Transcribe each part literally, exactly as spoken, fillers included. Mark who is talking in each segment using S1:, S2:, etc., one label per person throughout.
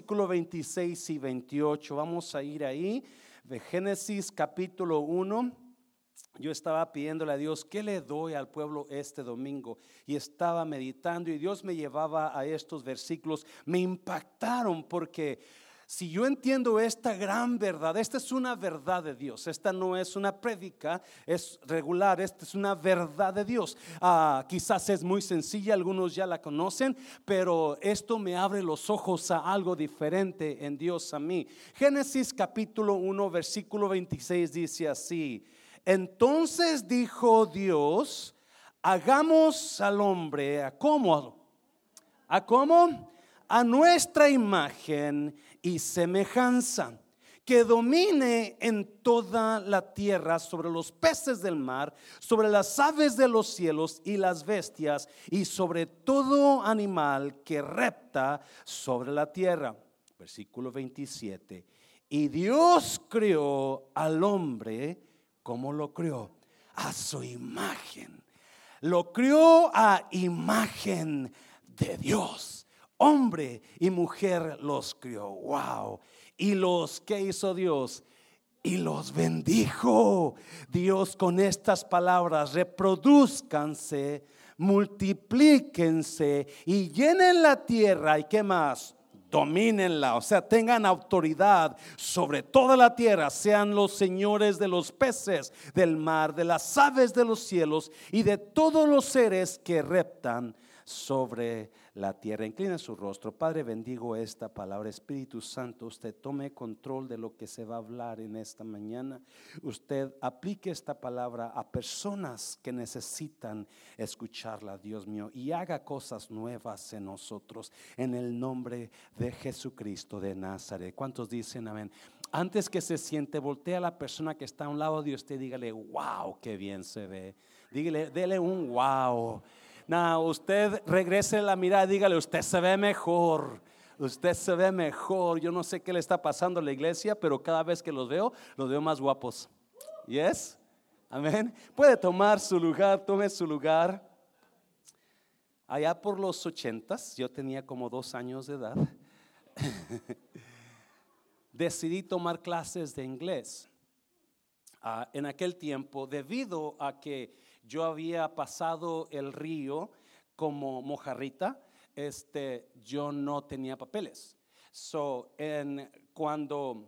S1: versículo veintiséis y veintiocho. Vamos a ir ahí, de Génesis capítulo uno. Yo estaba pidiéndole a Dios, ¿qué le doy al pueblo este domingo? Y estaba meditando y Dios me llevaba a estos versículos. Me impactaron porque si yo entiendo esta gran verdad, esta es una verdad de Dios. Esta no es una prédica, es regular, esta es una verdad de Dios. Ah, quizás es muy sencilla, algunos ya la conocen, pero esto me abre los ojos a algo diferente en Dios a mí. Génesis capítulo uno, versículo veintiséis dice así: entonces dijo Dios, hagamos al hombre, ¿a cómo? ¿A cómo? A nuestra imagen y semejanza, que domine en toda la tierra, sobre los peces del mar, sobre las aves de los cielos y las bestias, y sobre todo animal que repta sobre la tierra. Versículo veintisiete. Y Dios creó al hombre, ¿cómo lo creó? A su imagen. Lo creó a imagen de Dios. Hombre y mujer los crió. Wow. Y los que hizo Dios, y los bendijo Dios con estas palabras: reproduzcanse, multiplíquense y llenen la tierra. ¿Y qué más? Domínenla, o sea, tengan autoridad sobre toda la tierra, sean los señores de los peces del mar, de las aves de los cielos y de todos los seres que reptan sobre la tierra. Inclina su rostro. Padre, bendigo esta palabra. Espíritu Santo, usted tome control de lo que se va a hablar en esta mañana. Usted aplique esta palabra a personas que necesitan escucharla, Dios mío, y haga cosas nuevas en nosotros, en el nombre de Jesucristo de Nazaret. ¿Cuántos dicen amén? Antes que se siente, voltea a la persona que está a un lado de usted, dígale: wow, qué bien se ve. Dígale, dele un wow. No, usted regrese la mirada, dígale: usted se ve mejor, usted se ve mejor. Yo no sé qué le está pasando a la iglesia, pero cada vez que los veo, los veo más guapos. Yes, amén. Puede tomar su lugar, tome su lugar. Allá por los ochentas, yo tenía como dos años de edad, decidí tomar clases de inglés. Uh, en aquel tiempo, debido a que yo había pasado el río como mojarrita, este, yo no tenía papeles. So, en, cuando,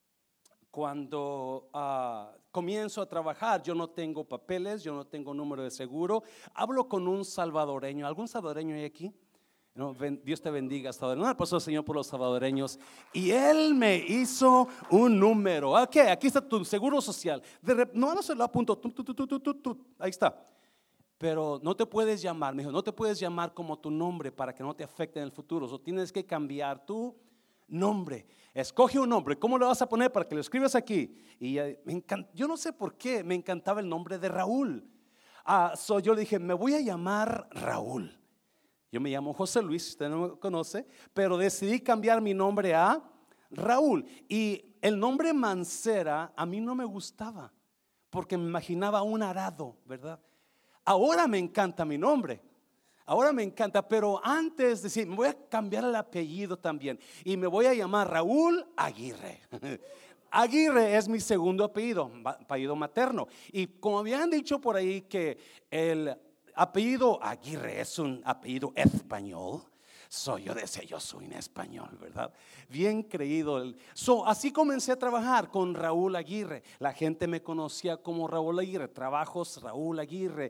S1: cuando uh, comienzo a trabajar, yo no tengo papeles, yo no tengo número de seguro. Hablo con un salvadoreño. ¿Algún salvadoreño hay aquí? No, Dios te bendiga, salvadoreño. No, pasó el Señor por los salvadoreños. Y Él me hizo un número. Ok, aquí está tu seguro social. De rep, no, no se lo apunto. Tu, tu, tu, tu, tu, tu. Ahí está. Pero no te puedes llamar, me dijo, no te puedes llamar como tu nombre para que no te afecte en el futuro. O so, tienes que cambiar tu nombre. Escoge un nombre. ¿Cómo lo vas a poner para que lo escribas aquí? Y uh, me encanta, yo no sé por qué me encantaba el nombre de Raúl. Ah, so yo le dije, me voy a llamar Raúl. Yo me llamo José Luis, usted no me conoce, pero decidí cambiar mi nombre a Raúl. Y el nombre Mancera a mí no me gustaba, porque me imaginaba un arado, ¿verdad? Ahora me encanta mi nombre, ahora me encanta, pero antes decir, me voy a cambiar el apellido también y me voy a llamar Raúl Aguirre. Aguirre es mi segundo apellido, apellido materno. Y como habían dicho por ahí que el apellido Aguirre es un apellido español, so yo decía, yo soy en español, ¿verdad? Bien creído. So, así comencé a trabajar con Raúl Aguirre. La gente me conocía como Raúl Aguirre, trabajos Raúl Aguirre.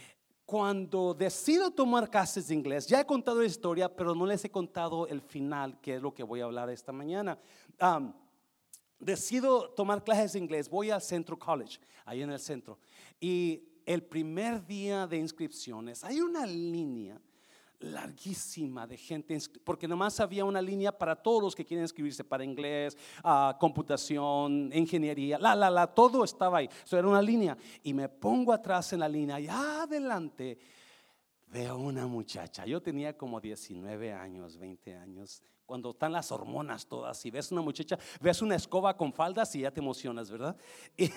S1: Cuando decido tomar clases de inglés, ya he contado la historia, pero no les he contado el final, que es lo que voy a hablar esta mañana. Um, decido tomar clases de inglés, voy al Centro College, ahí en el centro, y el primer día de inscripciones hay una línea larguísima de gente, porque nomás había una línea para todos los que quieren inscribirse para inglés, uh, computación, ingeniería, la, la, la, todo estaba ahí. So, era una línea y me pongo atrás en la línea y adelante veo una muchacha. Yo tenía como diecinueve años, veinte años. Cuando están las hormonas todas y ves una muchacha, ves una escoba con faldas y ya te emocionas, ¿verdad? Y,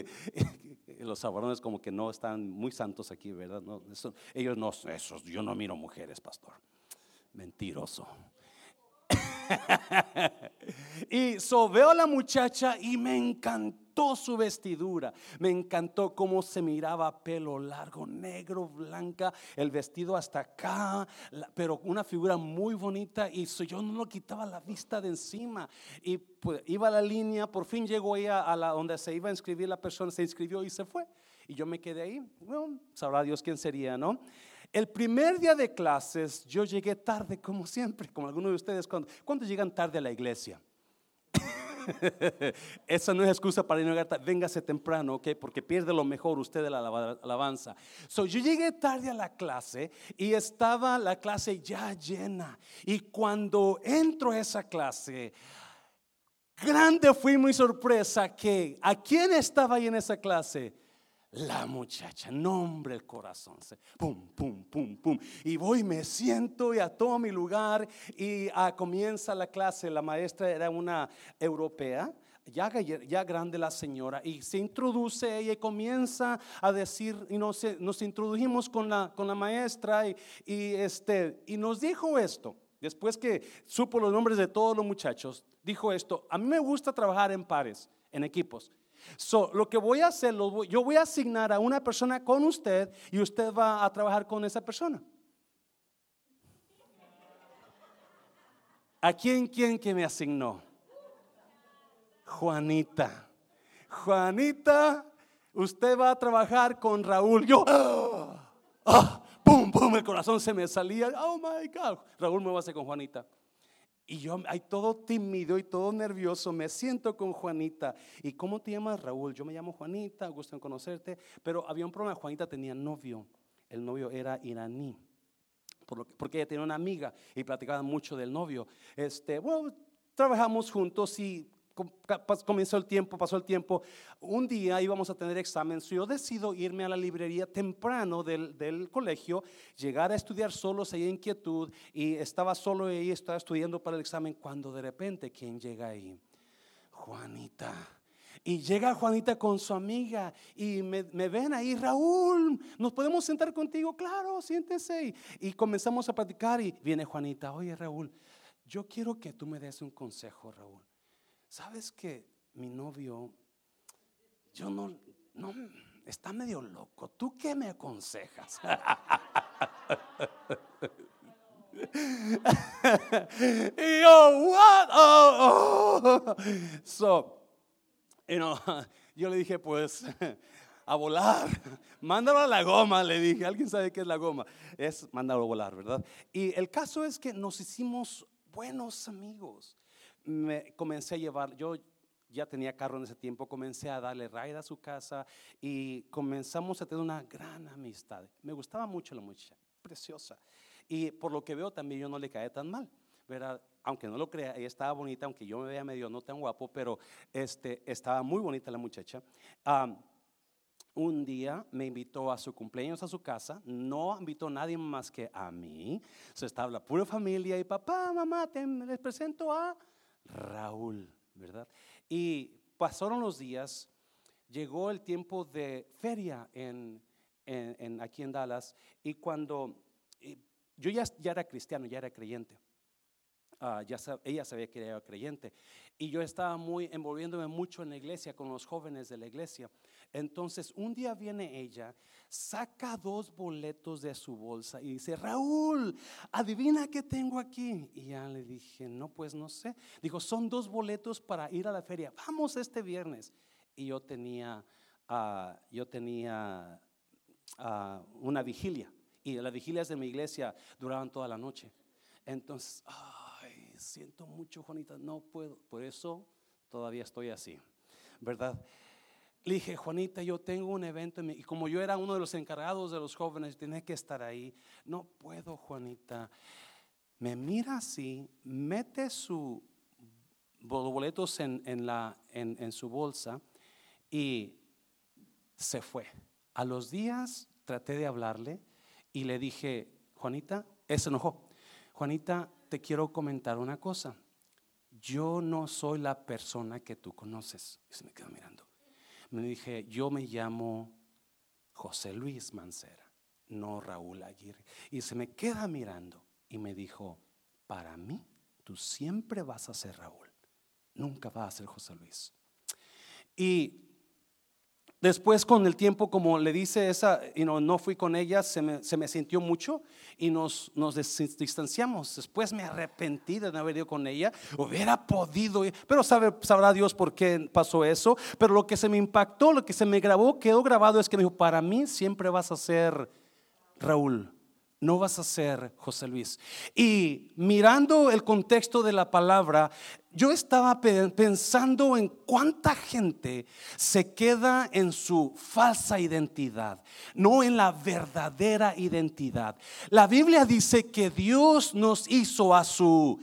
S1: y los sabrones como que no están muy santos aquí, ¿verdad? No, eso, ellos no, esos, yo no miro mujeres, pastor. Mentiroso. Y so veo a la muchacha y me encantó su vestidura, me encantó cómo se miraba, pelo largo, negro, blanca, el vestido hasta acá, la- pero una figura muy bonita. Y so yo no lo quitaba la vista de encima. Y pues iba a la línea, por fin llegó ella a la donde se iba a inscribir la persona, se inscribió y se fue. Y yo me quedé ahí. Bueno, sabrá Dios quién sería, ¿no? El primer día de clases yo llegué tarde, como siempre, como algunos de ustedes. ¿Cuándo, ¿cuándo llegan tarde a la iglesia? Esa no es excusa para ir a llegar tarde. Véngase temprano, ¿ok? Porque pierde lo mejor usted de la alaba- alabanza. So, yo llegué tarde a la clase y estaba la clase ya llena. Y cuando entro a esa clase, grande fue mi sorpresa que ¿a quién estaba ahí en esa clase? La muchacha. Nombre, el corazón se pum, pum, pum, pum. Y voy, me siento y a todo mi lugar. Y ah, comienza la clase. La maestra era una europea, ya, ya grande la señora, y se introduce ella y comienza a decir, y nos, nos introdujimos con la, con la maestra, y, y, este, y nos dijo esto. Después que supo los nombres de todos los muchachos, dijo esto: a mí me gusta trabajar en pares, en equipos. So, lo que voy a hacer, lo voy, yo voy a asignar a una persona con usted y usted va a trabajar con esa persona. ¿A quién, quién que me asignó? Juanita. Juanita, usted va a trabajar con Raúl. Yo, ah, ah, pum, pum, el corazón se me salía. Oh my God, Raúl me va a hacer con Juanita. Y yo ahí todo tímido y todo nervioso me siento con Juanita. ¿Y cómo te llamas, Raúl? Yo me llamo Juanita, gusto en conocerte. Pero había un problema, Juanita tenía novio. El novio era iraní, por lo que, porque ella tenía una amiga y platicaban mucho del novio. Este, bueno, trabajamos juntos y comenzó el tiempo, pasó el tiempo. Un día íbamos a tener examen, so yo decido irme a la librería temprano del, del colegio, llegar a estudiar solo, se hay inquietud, y estaba solo ahí, estaba estudiando para el examen, cuando de repente, ¿quién llega ahí? Juanita. Y llega Juanita con su amiga y me, me ven ahí: Raúl, ¿nos podemos sentar contigo? Claro, siéntese. Y, y comenzamos a platicar y viene Juanita: oye, Raúl, yo quiero que tú me des un consejo, Raúl. Sabes que mi novio, yo no, no, está medio loco. ¿Tú qué me aconsejas? Y yo, what? Oh, oh. So, you know, yo le dije, pues, a volar. Mándalo a la goma, le dije. ¿Alguien sabe qué es la goma? Es mandarlo a volar, ¿verdad? Y el caso es que nos hicimos buenos amigos. Me comencé a llevar, yo ya tenía carro en ese tiempo, comencé a darle ride a su casa y comenzamos a tener una gran amistad. Me gustaba mucho la muchacha, preciosa. Y por lo que veo también yo no le caí tan mal, ¿verdad? Aunque no lo crea, ella estaba bonita, aunque yo me vea medio no tan guapo, pero este, estaba muy bonita la muchacha. Um, un día me invitó a su cumpleaños a su casa. No invitó a nadie más que a mí. So, estaba la pura familia y papá, mamá, te, les presento a Raúl, ¿verdad? Y pasaron los días, llegó el tiempo de feria en, en, en aquí en Dallas. Y cuando y yo ya, ya era cristiano, ya era creyente. Uh, ya sab, ella sabía que era creyente y yo estaba muy envolviéndome mucho en la iglesia con los jóvenes de la iglesia. Entonces un día viene ella, saca dos boletos de su bolsa y dice: Raúl, adivina qué tengo aquí. Y ya le dije: no, pues no sé. Dijo: son dos boletos para ir a la feria, vamos este viernes. Y yo tenía uh, yo tenía uh, una vigilia, y las vigilias de mi iglesia duraban toda la noche. Entonces, ay, siento mucho, Juanita, no puedo. Por eso todavía estoy así, ¿verdad? Le dije: Juanita, yo tengo un evento, y como yo era uno de los encargados de los jóvenes, tenía que estar ahí. No puedo, Juanita. Me mira así, mete sus boletos en, en, la, en, en su bolsa y se fue. A los días traté de hablarle y le dije: Juanita, él se enojó. Juanita, te quiero comentar una cosa. Yo no soy la persona que tú conoces. Y se me quedó mirando. Me dije: yo me llamo José Luis Mancera, no Raúl Aguirre. Y se me queda mirando y me dijo: para mí, tú siempre vas a ser Raúl, nunca vas a ser José Luis. Y después con el tiempo, como le dice esa, you know, no fui con ella, se me, se me sintió mucho y nos, nos distanciamos. Después me arrepentí de no haber ido con ella. Hubiera podido ir, pero sabe, sabrá Dios por qué pasó eso. Pero lo que se me impactó, lo que se me grabó, quedó grabado, es que me dijo: para mí siempre vas a ser Raúl, no vas a ser José Luis. Y mirando el contexto de la palabra, yo estaba pensando en cuánta gente se queda en su falsa identidad, no en la verdadera identidad. La Biblia dice que Dios nos hizo a su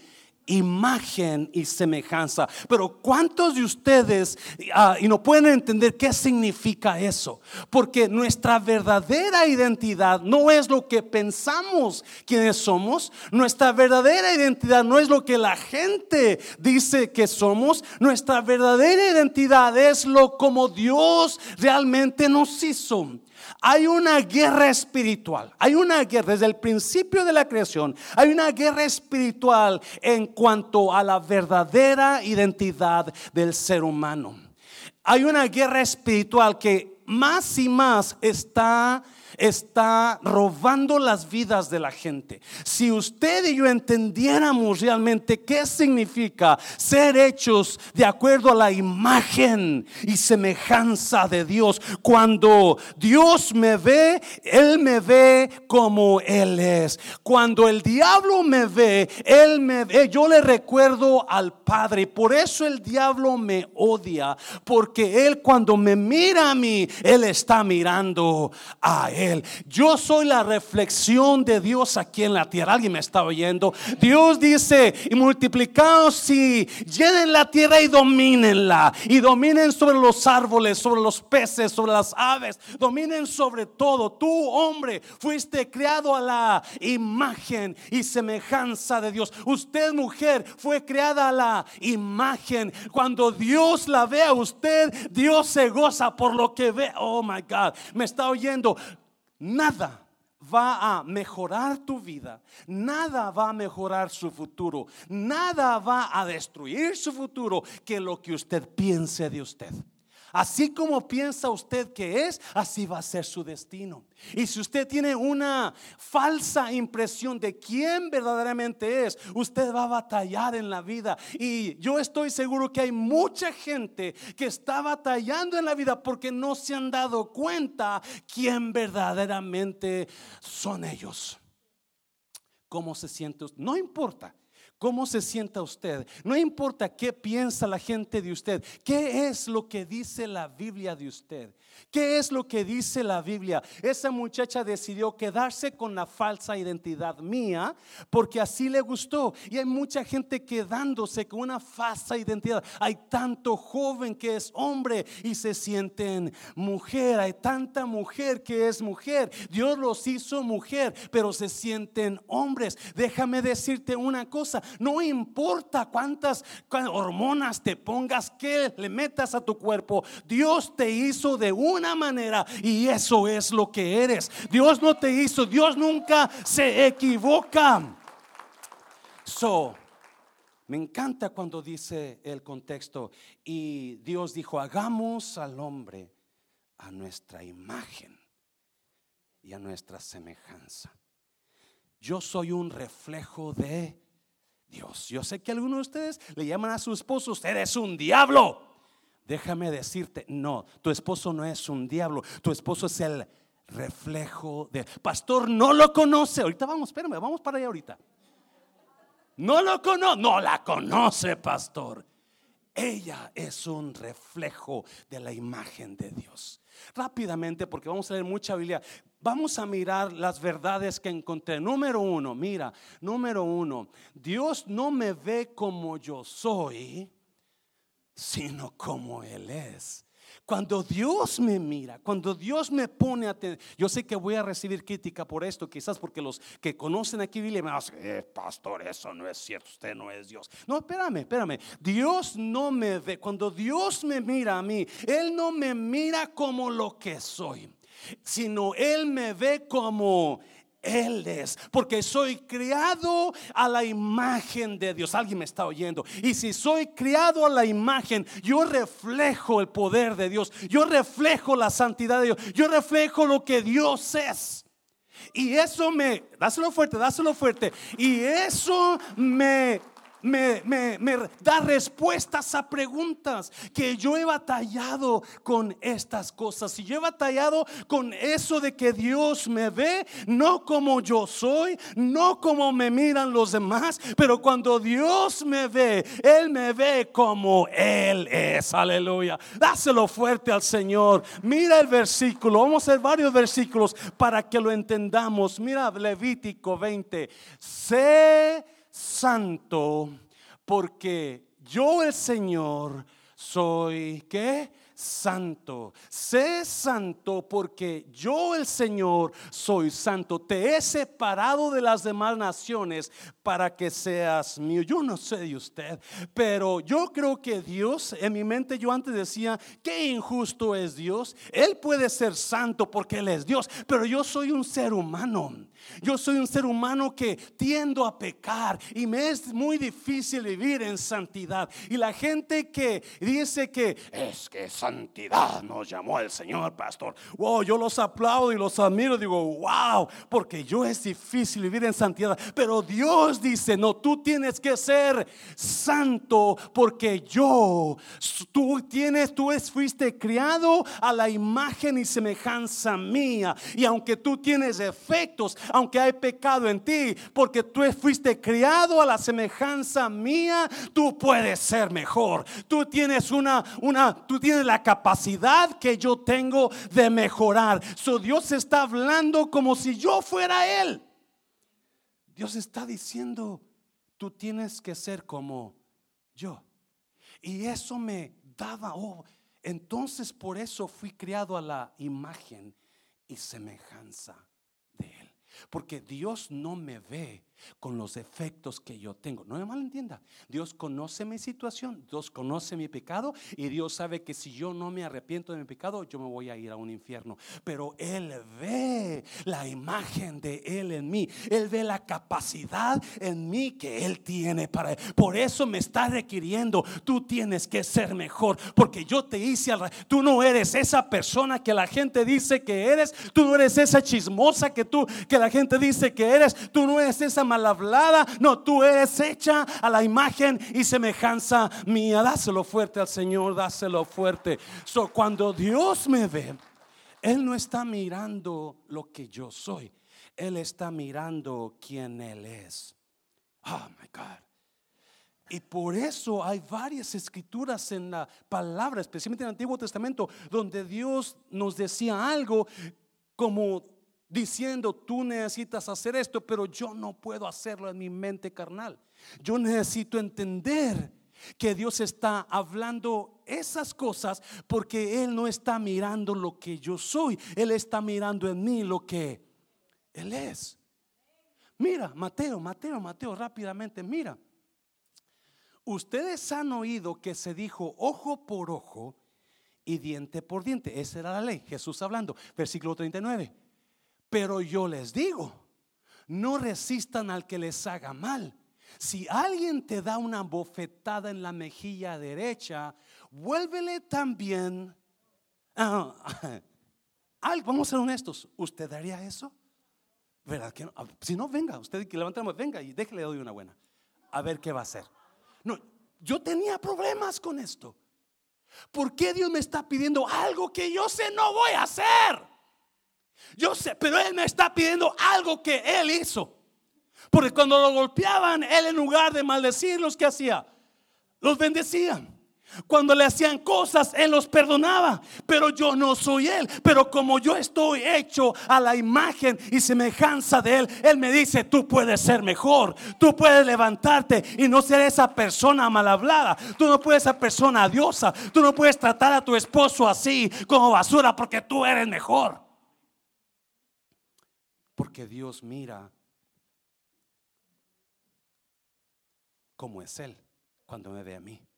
S1: imagen y semejanza, pero ¿cuántos de ustedes uh, y no pueden entender qué significa eso? Porque nuestra verdadera identidad no es lo que pensamos quienes somos. Nuestra verdadera identidad no es lo que la gente dice que somos. Nuestra verdadera identidad es lo como Dios realmente nos hizo. Hay una guerra espiritual, hay una guerra desde el principio de la creación. Hay una guerra espiritual en cuanto a la verdadera identidad del ser humano. Hay una guerra espiritual que más y más está está robando las vidas de la gente. Si usted y yo entendiéramos realmente qué significa ser hechos de acuerdo a la imagen y semejanza de Dios, cuando Dios me ve, Él me ve como Él es. Cuando el diablo me ve, Él me ve, yo le recuerdo al Padre. Por eso el diablo me odia, porque Él, cuando me mira a mí, Él está mirando a Él. Yo soy la reflexión de Dios aquí en la tierra. Alguien me está oyendo. Dios dice: y multiplicaos y llenen la tierra y domínenla, y dominen sobre los árboles, sobre los peces, sobre las aves, dominen sobre todo. Tú, hombre, fuiste creado a la imagen y semejanza de Dios. Usted, mujer, fue creada a la imagen. Cuando Dios la ve a usted, Dios se goza por lo que ve. Oh my God, me está oyendo. Nada va a mejorar tu vida, nada va a mejorar su futuro, nada va a destruir su futuro que lo que usted piense de usted. Así como piensa usted que es, así va a ser su destino. Y si usted tiene una falsa impresión de quién verdaderamente es, usted va a batallar en la vida. Y yo estoy seguro que hay mucha gente que está batallando en la vida porque no se han dado cuenta quién verdaderamente son ellos. ¿Cómo se siente usted? No importa cómo se sienta usted, no importa qué piensa la gente de usted. ¿Qué es lo que dice la Biblia de usted? ¿Qué es lo que dice la Biblia? Esa muchacha decidió quedarse con la falsa identidad mía porque así le gustó. Y hay mucha gente quedándose con una falsa identidad. Hay tanto joven que es hombre y se sienten mujer. Hay tanta mujer que es mujer. Dios los hizo mujer, pero se sienten hombres. Déjame decirte una cosa: no importa cuántas hormonas te pongas, que le metas a tu cuerpo, Dios te hizo de una manera y eso es lo que eres. Dios no te hizo, Dios nunca se equivoca. So, me encanta cuando dice el contexto: y Dios dijo: hagamos al hombre a nuestra imagen y a nuestra semejanza. Yo soy un reflejo de Dios. Yo sé que algunos de ustedes le llaman a su esposo: usted es un diablo. Déjame decirte, no, tu esposo no es un diablo. Tu esposo es el reflejo de pastor. No lo conoce. Ahorita vamos, espérame, vamos para allá ahorita. No lo conoce, no la conoce, pastor. Ella es un reflejo de la imagen de Dios. Rápidamente, porque vamos a leer mucha Biblia, vamos a mirar las verdades que encontré. Número uno, mira, número uno, Dios no me ve como yo soy, sino como Él es. Cuando Dios me mira, cuando Dios me pone atención, yo sé que voy a recibir crítica por esto, quizás porque los que conocen aquí Biblia me dicen: eh, pastor, eso no es cierto, usted no es Dios. No, espérame, espérame. Dios no me ve. Cuando Dios me mira a mí, Él no me mira como lo que soy, sino Él me ve como Él es, porque soy criado a la imagen de Dios. Alguien me está oyendo. Y si soy criado a la imagen, yo reflejo el poder de Dios, yo reflejo la santidad de Dios, yo reflejo lo que Dios es. Y eso me, dáselo fuerte, dáselo fuerte. Y eso me Me, me, me da respuestas a preguntas que yo he batallado con estas cosas. Y yo he batallado con eso de que Dios me ve no como yo soy, no como me miran los demás, pero cuando Dios me ve, Él me ve como Él es. Aleluya. Dáselo fuerte al Señor. Mira el versículo. Vamos a hacer varios versículos para que lo entendamos. Mira Levítico veinte. Sé santo, porque yo el Señor soy ¿qué? Santo. Sé santo porque yo el Señor soy santo. Te he separado de las demás naciones para que seas mío. Yo no sé de usted, pero yo creo que Dios, en mi mente yo antes decía, qué injusto es Dios. Él puede ser santo porque Él es Dios, pero yo soy un ser humano. Yo soy un ser humano que tiendo a pecar y me es muy difícil vivir en santidad. Y la gente que dice que es que santidad nos llamó el Señor, pastor, wow, yo los aplaudo y los admiro. Digo, wow, porque yo es difícil vivir en santidad. Pero Dios dice, no, tú tienes que ser santo porque yo, tú tienes, tú fuiste criado a la imagen y semejanza mía. Y aunque tú tienes defectos, aunque hay pecado en ti, porque tú fuiste criado a la semejanza mía, tú puedes ser mejor. Tú tienes una, una, tú tienes la capacidad que yo tengo de mejorar. So Dios está hablando como si yo fuera Él. Dios está diciendo, tú tienes que ser como yo. Y eso me daba, oh, entonces por eso fui criado a la imagen y semejanza de Él. Porque Dios no me ve con los defectos que yo tengo. No me malentienda. Dios conoce mi situación, Dios conoce mi pecado, y Dios sabe que si yo no me arrepiento de mi pecado, yo me voy a ir a un infierno. Pero Él ve la imagen de Él en mí. Él ve la capacidad en mí que Él tiene para Él. Por eso me está requiriendo, tú tienes que ser mejor, porque yo te hice al, tú no eres esa persona que la gente dice que eres. Tú no eres esa chismosa que tú que la gente dice que eres. Tú no eres esa mal hablada. No, tú eres hecha a la imagen y semejanza mía. Dáselo fuerte al Señor, dáselo fuerte. So, cuando Dios me ve, Él no está mirando lo que yo soy, Él está mirando quién Él es. Oh my God. Y por eso hay varias escrituras en la palabra, especialmente en el Antiguo Testamento, donde Dios nos decía algo como diciendo, tú necesitas hacer esto, pero yo no puedo hacerlo en mi mente carnal. Yo necesito entender que Dios está hablando esas cosas porque Él no está mirando lo que yo soy, Él está mirando en mí lo que Él es. Mira, Mateo, Mateo, Mateo, rápidamente, mira. Ustedes han oído que se dijo ojo por ojo y diente por diente. Esa era la ley, Jesús hablando, versículo treinta y nueve. Pero yo les digo, no resistan al que les haga mal. Si alguien te da una bofetada en la mejilla derecha, vuélvele también. Ah, vamos a ser honestos, ¿usted daría eso? ¿Verdad que no? Si no, venga, usted que levanta la mano, venga y déjele doy una buena. A ver qué va a hacer. No, yo tenía problemas con esto. ¿Por qué Dios me está pidiendo algo que yo sé no voy a hacer? Yo sé, pero Él me está pidiendo algo que Él hizo. Porque cuando lo golpeaban, Él en lugar de maldecirlos, ¿qué hacía? Los bendecía. Cuando le hacían cosas, Él los perdonaba. Pero yo no soy Él. Pero como yo estoy hecho a la imagen y semejanza de Él, Él me dice, tú puedes ser mejor. Tú puedes levantarte y no ser esa persona mal hablada. Tú no puedes ser esa persona odiosa. Tú no puedes tratar a tu esposo así como basura porque tú eres mejor. Porque Dios mira cómo es Él cuando me ve a mí.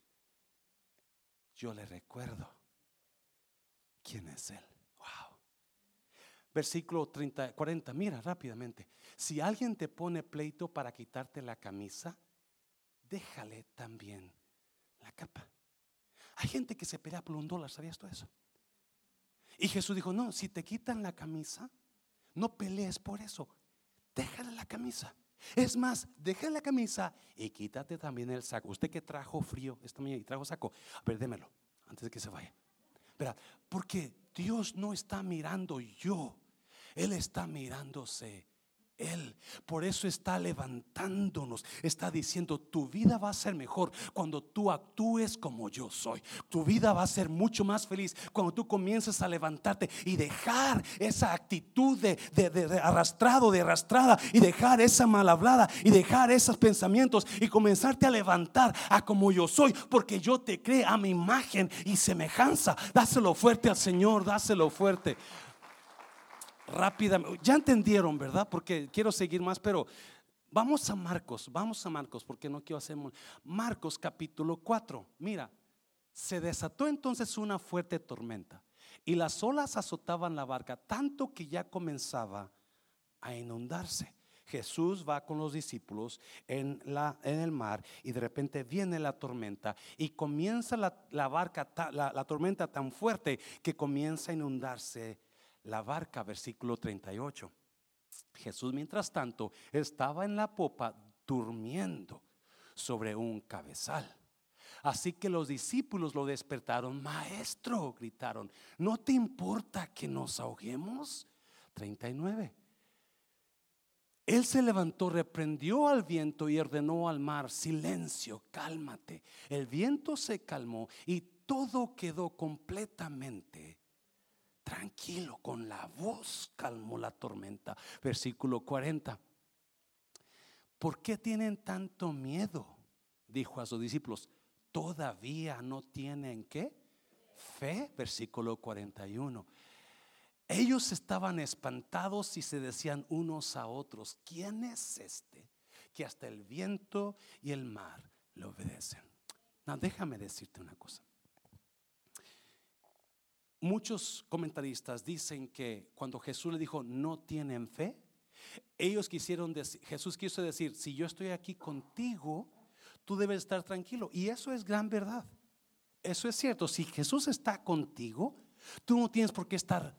S1: Yo le recuerdo quién es Él. Wow. versículo treinta, cuarenta. Mira rápidamente. Si alguien te pone pleito para quitarte la camisa, déjale también la capa. Hay gente que se pelea por un dólar, ¿sabías tú eso? Y Jesús dijo, no, si te quitan la camisa, no pelees por eso, déjale la camisa. Es más, déjale la camisa y quítate también el saco. Usted que trajo frío esta mañana y trajo saco, a ver, démelo antes de que se vaya. Verá, porque Dios no está mirando yo, Él está mirándose Él. Por eso está levantándonos, está diciendo, tu vida va a ser mejor cuando tú actúes como yo soy. Tu vida va a ser mucho más feliz cuando tú comiences a levantarte y dejar esa actitud de, de, de, de arrastrado, de arrastrada, y dejar esa mal hablada y dejar esos pensamientos y comenzarte a levantar a como yo soy, porque yo te creé a mi imagen y semejanza. Dáselo fuerte al Señor, dáselo fuerte. Rápidamente, ya entendieron, ¿verdad? Porque quiero seguir más, pero vamos a Marcos, vamos a Marcos, porque no quiero hacer Marcos capítulo cuatro. Mira, se desató entonces una fuerte tormenta y las olas azotaban la barca, tanto que ya comenzaba a inundarse. Jesús va con los discípulos en, la, en el mar y de repente viene la tormenta y comienza la, la barca, la, la tormenta tan fuerte que comienza a inundarse la barca. Versículo treinta y ocho. Jesús, mientras tanto, estaba en la popa durmiendo sobre un cabezal. Así que los discípulos lo despertaron. Maestro, gritaron, ¿no te importa que nos ahoguemos? treinta y nueve. Él se levantó, reprendió al viento y ordenó al mar, silencio, cálmate. El viento se calmó y todo quedó completamente tranquilo. Con la voz calmó la tormenta. Versículo cuarenta. ¿Por qué tienen tanto miedo? Dijo a sus discípulos. ¿Todavía no tienen qué? Fe. Versículo cuarenta y uno. Ellos estaban espantados y se decían unos a otros, ¿quién es este que hasta el viento y el mar le obedecen? No, déjame decirte una cosa. Muchos comentaristas dicen que cuando Jesús le dijo no tienen fe, ellos quisieron decir, Jesús quiso decir, si yo estoy aquí contigo, tú debes estar tranquilo. Y eso es gran verdad. Eso es cierto. Si Jesús está contigo, tú no tienes por qué estar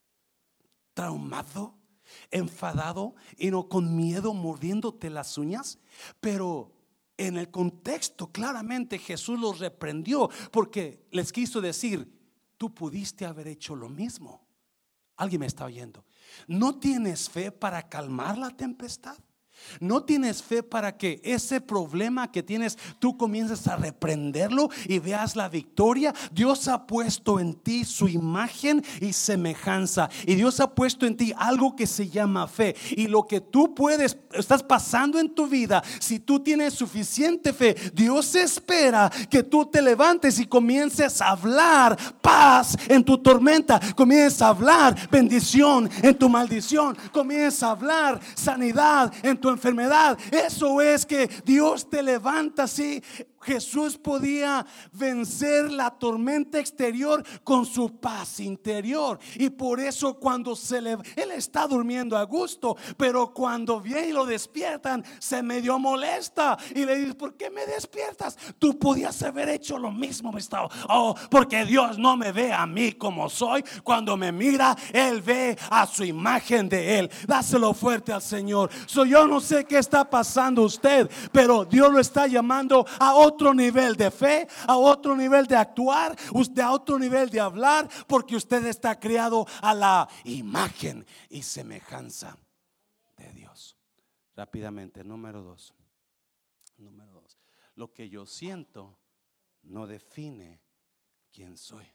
S1: traumado, enfadado y no con miedo, mordiéndote las uñas. Pero en el contexto claramente Jesús los reprendió porque les quiso decir, tú pudiste haber hecho lo mismo. Alguien me está oyendo. ¿No tienes fe para calmar la tempestad? ¿No tienes fe para que ese problema que tienes tú comiences a reprenderlo y veas la victoria? Dios ha puesto en ti su imagen y semejanza, y Dios ha puesto en ti algo que se llama fe. Y lo que tú puedes, estás pasando en tu vida, si tú tienes suficiente fe, Dios espera que tú te levantes y comiences a hablar paz en tu tormenta, comiences a hablar bendición en tu maldición, comiences a hablar sanidad en tu enfermedad. Eso es que Dios te levanta así. Jesús podía vencer la tormenta exterior con su paz interior. Y por eso cuando se le, él está durmiendo a gusto, pero cuando viene y lo despiertan, se medio molesta y le dice, ¿por qué me despiertas? Tú podías haber hecho lo mismo, me estaba. Oh, porque Dios no me ve a mí como soy. Cuando me mira, Él ve a su imagen de Él. Dáselo fuerte al Señor. So, yo no sé qué está pasando usted, pero Dios lo está llamando a otro otro nivel de fe, a otro nivel de actuar, usted a otro nivel de hablar, porque usted está creado a la imagen y semejanza de Dios. Rápidamente, número dos. Número dos. Lo que yo siento no define quién soy.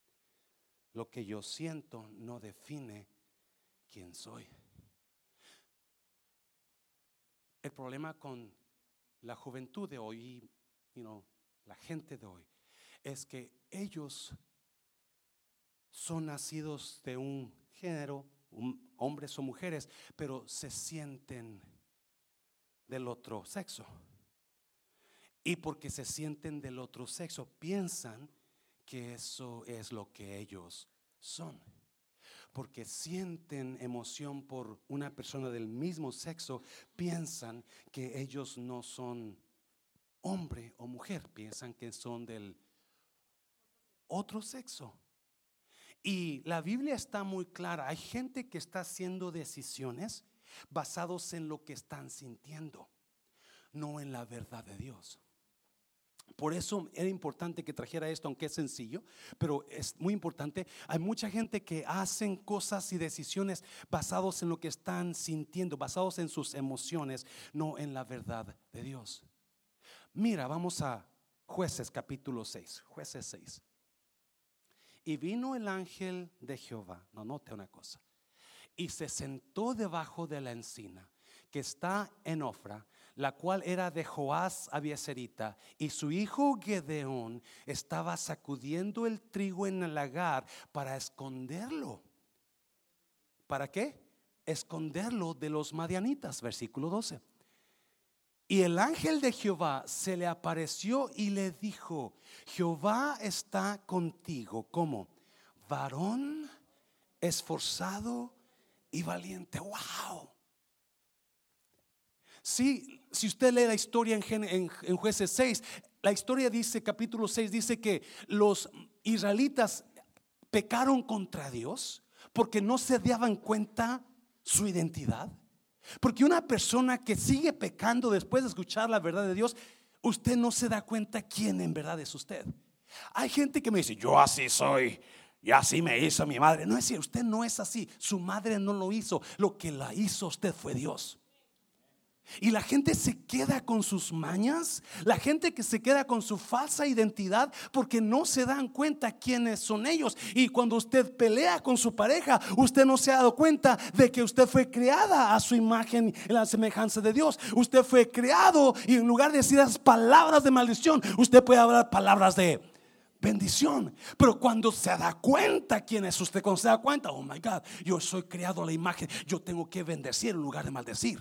S1: Lo que yo siento no define quién soy. El problema con la juventud de hoy, you know, la gente de hoy, es que ellos son nacidos de un género, un, hombres o mujeres, pero se sienten del otro sexo. Y porque se sienten del otro sexo, piensan que eso es lo que ellos son. porque sienten emoción por una persona del mismo sexo, piensan que ellos no son hombre o mujer, piensan que son del otro sexo. Y la Biblia está muy clara. Hay gente que está haciendo decisiones basados en lo que están sintiendo, no en la verdad de Dios. Por eso era importante que trajera esto, aunque es sencillo, pero es muy importante. Hay mucha gente que hacen cosas y decisiones basados en lo que están sintiendo, basados en sus emociones, no en la verdad de Dios. Mira, vamos a Jueces capítulo seis. Jueces seis. Y vino el ángel de Jehová, no, note una cosa, y se sentó debajo de la encina que está en Ofra, la cual era de Joás Abieserita, y su hijo Gedeón estaba sacudiendo el trigo en el lagar para esconderlo. ¿Para qué? Esconderlo de los madianitas, versículo doce. Y el ángel de Jehová se le apareció y le dijo: Jehová está contigo, como varón esforzado y valiente. Wow. Sí, si usted lee la historia en, en, en Jueces seis, la historia dice, capítulo seis, dice que los israelitas pecaron contra Dios porque no se daban cuenta su identidad. Porque una persona que sigue pecando después de escuchar la verdad de Dios, usted no se da cuenta quién en verdad es usted. Hay gente que me dice: yo así soy, y así me hizo mi madre. No es cierto, usted no es así. Su madre no lo hizo. Lo que la hizo usted fue Dios. Y la gente se queda con sus mañas, la gente que se queda con su falsa identidad, porque no se dan cuenta quiénes son ellos. Y cuando usted pelea con su pareja, usted no se ha dado cuenta de que usted fue creada a su imagen, en la semejanza de Dios. Usted fue creado, y en lugar de decir esas palabras de maldición, usted puede hablar palabras de bendición. Pero cuando se da cuenta quién es usted, cuando se da cuenta: oh my God, yo soy creado a la imagen, yo tengo que bendecir en lugar de maldecir.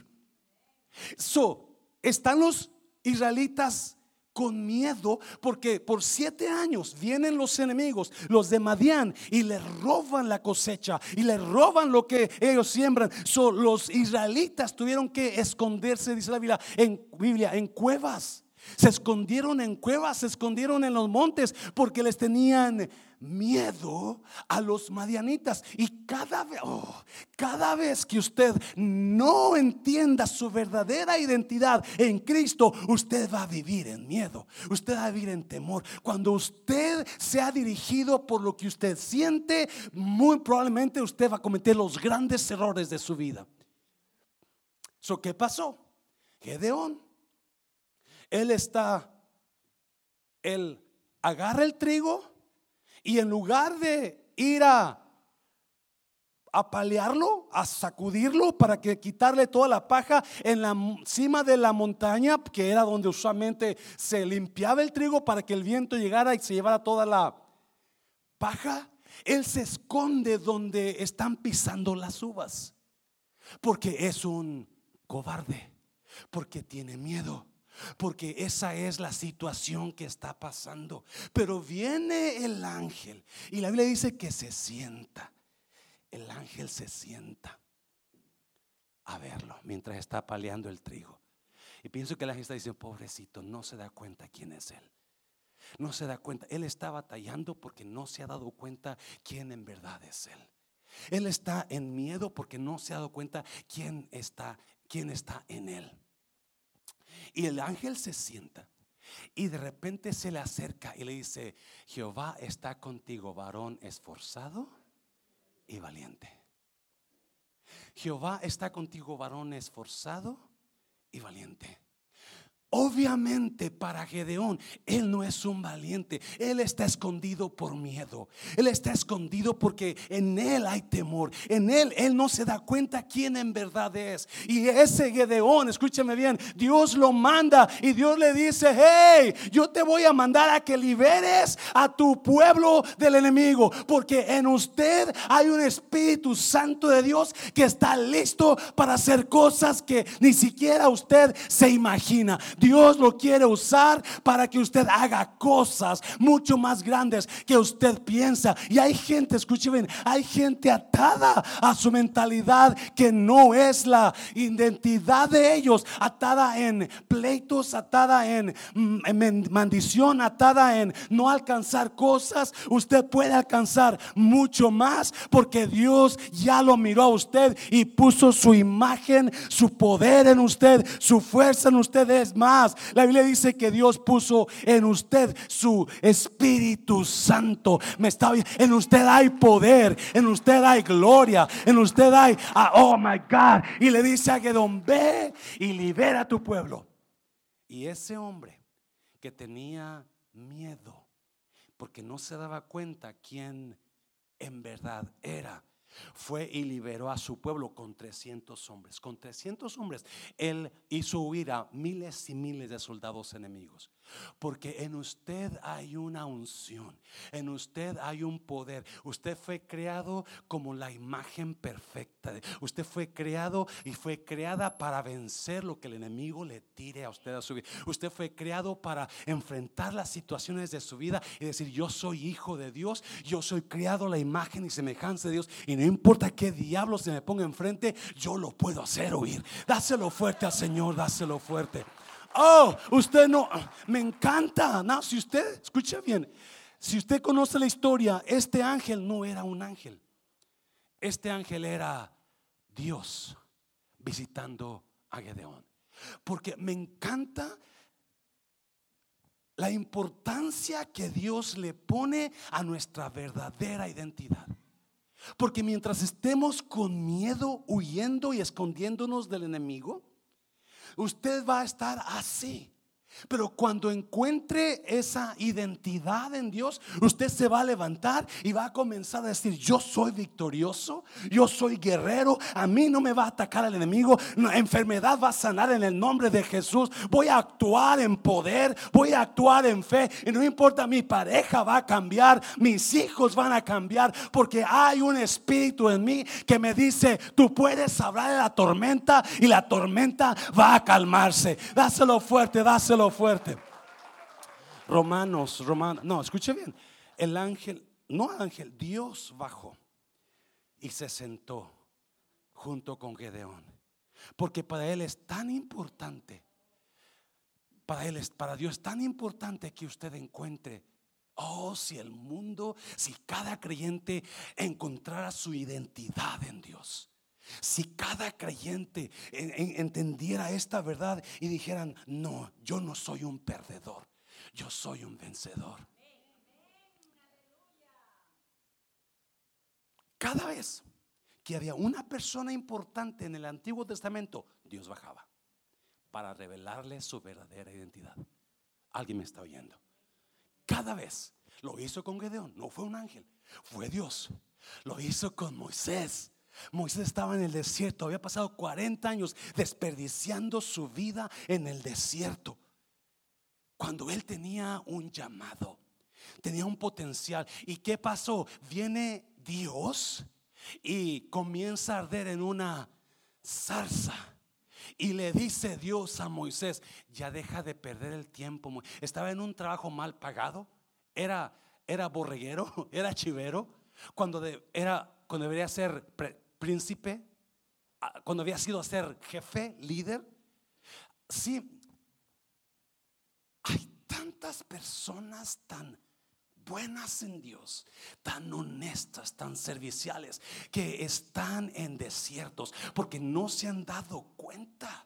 S1: So, están los israelitas con miedo porque por siete años vienen los enemigos, los de Madián, y le roban la cosecha y le roban lo que ellos siembran. So, los israelitas tuvieron que esconderse, dice la Biblia, en, Biblia, en cuevas. Se escondieron en cuevas, se escondieron en los montes, porque les tenían miedo a los madianitas. Y cada vez, oh, cada vez que usted no entienda su verdadera identidad en Cristo, usted va a vivir en miedo, usted va a vivir en temor. Cuando usted sea dirigido por lo que usted siente, muy probablemente usted va a cometer los grandes errores de su vida. So, ¿qué pasó? Gedeón, él está, él agarra el trigo, y en lugar de ir a apalearlo, a sacudirlo para que quitarle toda la paja en la cima de la montaña, que era donde usualmente se limpiaba el trigo para que el viento llegara y se llevara toda la paja, él se esconde donde están pisando las uvas, porque es un cobarde, porque tiene miedo, porque esa es la situación que está pasando. Pero viene el ángel, y la Biblia dice que se sienta. El ángel se sienta a verlo mientras está paleando el trigo. Y pienso que el ángel está diciendo: pobrecito, no se da cuenta quién es él. No se da cuenta. Él está batallando porque no se ha dado cuenta quién en verdad es él. Él está en miedo porque no se ha dado cuenta quién está, quién está en él. Y el ángel se sienta, y de repente se le acerca y le dice: Jehová está contigo, varón esforzado y valiente. Jehová está contigo, varón esforzado y valiente. Obviamente para Gedeón, él no es un valiente. Él está escondido por miedo. Él está escondido porque en él hay temor. En él, él no se da cuenta quién en verdad es. Y ese Gedeón, escúcheme bien, Dios lo manda, y Dios le dice: hey, yo te voy a mandar a que liberes a tu pueblo del enemigo, porque en usted hay un Espíritu Santo de Dios que está listo para hacer cosas que ni siquiera usted se imagina. Dios lo quiere usar para que usted haga cosas mucho más grandes que usted piensa. Y hay gente, escuchen bien, hay gente atada a su mentalidad que no es la identidad de ellos, atada en pleitos, atada en, en maldición, atada en no alcanzar cosas. Usted puede alcanzar mucho más porque Dios ya lo miró a usted y puso su imagen, su poder en usted, su fuerza en usted. Es más, la Biblia dice que Dios puso en usted su Espíritu Santo. Me está oyendo. En usted hay poder, en usted hay gloria, en usted hay, oh my God. Y le dice a Gedeón: ve y libera a tu pueblo. Y ese hombre que tenía miedo porque no se daba cuenta quién en verdad era, fue y liberó a su pueblo con trescientos hombres. Con trescientos hombres él hizo huir a miles y miles de soldados enemigos. Porque en usted hay una unción, en usted hay un poder. Usted fue creado como la imagen perfecta. Usted fue creado y fue creada para vencer lo que el enemigo le tire a usted a su vida. Usted fue creado para enfrentar las situaciones de su vida y decir: yo soy hijo de Dios, yo soy creado a la imagen y semejanza de Dios, y no importa qué diablo se me ponga enfrente, yo lo puedo hacer huir. Dáselo fuerte al Señor, dáselo fuerte. Oh, usted no, me encanta. No, si usted escucha bien, si usted conoce la historia, este ángel no era un ángel. Este ángel era Dios visitando a Gedeón. Porque me encanta la importancia que Dios le pone a nuestra verdadera identidad. Porque mientras estemos con miedo, huyendo y escondiéndonos del enemigo, usted va a estar así. Pero cuando encuentre esa identidad en Dios, usted se va a levantar y va a comenzar a decir: yo soy victorioso, yo soy guerrero, a mí no me va a atacar el enemigo, la enfermedad va a sanar en el nombre de Jesús. Voy a actuar en poder, voy a actuar en fe, y no importa, mi pareja va a cambiar, mis hijos van a cambiar, porque hay un espíritu en mí que me dice: tú puedes hablar de la tormenta y la tormenta va a calmarse. Dáselo fuerte, dáselo fuerte. Romanos, Romanos, no, escuche bien. El ángel, no ángel, Dios bajó y se sentó junto con Gedeón, porque para él es tan importante, para él es, para Dios es tan importante que usted encuentre. Oh, si el mundo, si cada creyente encontrara su identidad en Dios, si cada creyente en, en, entendiera esta verdad y dijeran: no, yo no soy un perdedor, yo soy un vencedor. Cada vez que había una persona importante en el Antiguo Testamento, Dios bajaba para revelarle su verdadera identidad. ¿Alguien me está oyendo? Cada vez. Lo hizo con Gedeón, no fue un ángel, fue Dios. Lo hizo con Moisés. Moisés estaba en el desierto, había pasado cuarenta años desperdiciando su vida en el desierto, cuando él tenía un llamado, tenía un potencial. ¿Y qué pasó? Viene Dios y comienza a arder en una zarza. Y le dice Dios a Moisés: ya deja de perder el tiempo. Estaba en un trabajo mal pagado. Era, era borreguero, era chivero. Cuando de, era, cuando debería ser pre, príncipe, cuando había sido ser jefe, líder. Sí, hay tantas personas tan buenas en Dios, tan honestas, tan serviciales, que están en desiertos porque no se han dado cuenta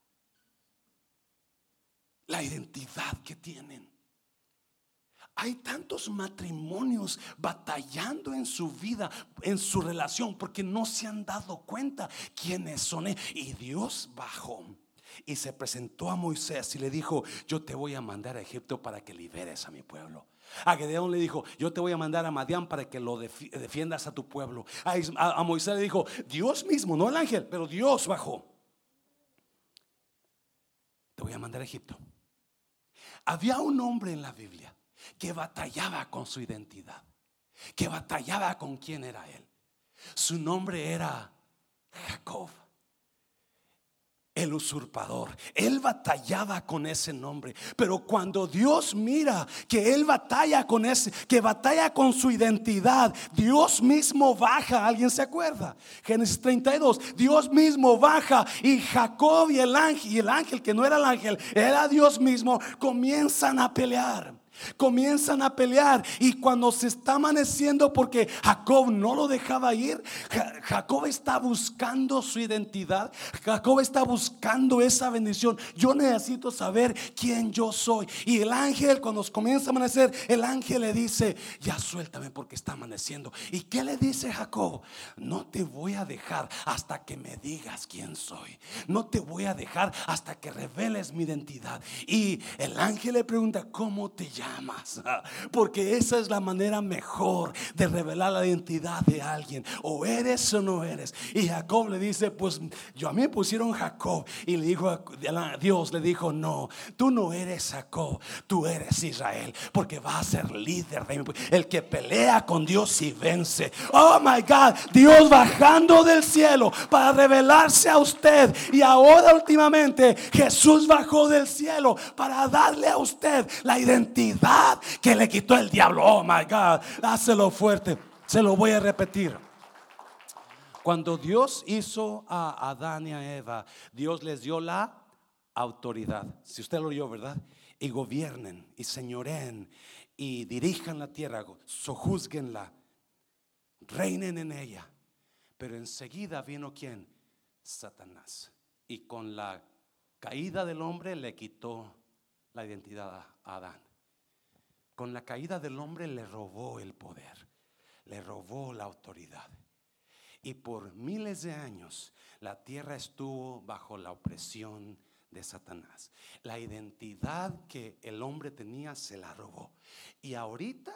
S1: la identidad que tienen. Hay tantos matrimonios batallando en su vida, en su relación, porque no se han dado cuenta quiénes son. Y Dios bajó y se presentó a Moisés y le dijo: yo te voy a mandar a Egipto para que liberes a mi pueblo. A Gedeón le dijo: yo te voy a mandar a Madián para que lo defiendas a tu pueblo. A, a, a Moisés le dijo Dios mismo, no el ángel, pero Dios bajó: te voy a mandar a Egipto. Había un hombre en la Biblia que batallaba con su identidad, que batallaba con quién era él. Su nombre era Jacob. el usurpador. Él batallaba con ese nombre. Pero cuando Dios mira que él batalla con ese, que batalla con su identidad, Dios mismo baja. ¿Alguien se acuerda? Génesis treinta y dos. Dios mismo baja y Jacob y el ángel, y el ángel que no era el ángel, era Dios mismo, comienzan a pelear. Comienzan a pelear y cuando se está amaneciendo, porque Jacob no lo dejaba ir, Jacob está buscando su identidad, Jacob está buscando esa bendición. Yo necesito saber quién yo soy. Y el ángel, cuando comienza a amanecer, el ángel le dice: ya suéltame porque está amaneciendo. ¿Y qué le dice Jacob? No te voy a dejar hasta que me digas quién soy. No te voy a dejar hasta que reveles mi identidad. Y el ángel le pregunta: ¿cómo te llamas? Porque esa es la manera mejor de revelar la identidad de alguien. O eres o no eres. Y Jacob le dice: pues yo, a mí me pusieron Jacob. Y le dijo, Dios le dijo: no, tú no eres Jacob, tú eres Israel, porque vas a ser líder de mi pueblo, el que pelea con Dios y vence. Oh my God, Dios bajando del cielo para revelarse a usted. Y ahora últimamente Jesús bajó del cielo para darle a usted la identidad que le quitó el diablo. Oh my God, dáselo fuerte. Se lo voy a repetir. Cuando Dios hizo a Adán y a Eva, Dios les dio la autoridad. Si usted lo oyó, ¿verdad? Y gobiernen y señoreen y dirijan la tierra, sojuzguenla, reinen en ella. Pero enseguida vino ¿quién? Satanás. Y con la caída del hombre le quitó la identidad a Adán. Con la caída del hombre le robó el poder, le robó la autoridad. Y por miles de años la tierra estuvo bajo la opresión de Satanás. La identidad que el hombre tenía se la robó. Y ahorita